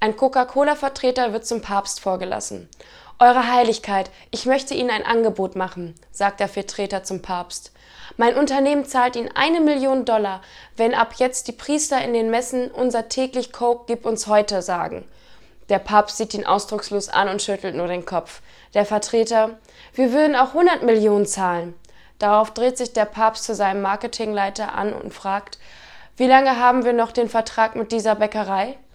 Ein Coca-Cola-Vertreter wird zum Papst vorgelassen. Eure Heiligkeit, ich möchte Ihnen ein Angebot machen, sagt der Vertreter zum Papst. Mein Unternehmen zahlt Ihnen $1.000.000, wenn ab jetzt die Priester in den Messen unser täglich Coke gib uns heute sagen. Der Papst sieht ihn ausdruckslos an und schüttelt nur den Kopf. Der Vertreter: Wir würden auch 100 Millionen zahlen. Darauf dreht sich der Papst zu seinem Marketingleiter an und fragt: Wie lange haben wir noch den Vertrag mit dieser Bäckerei?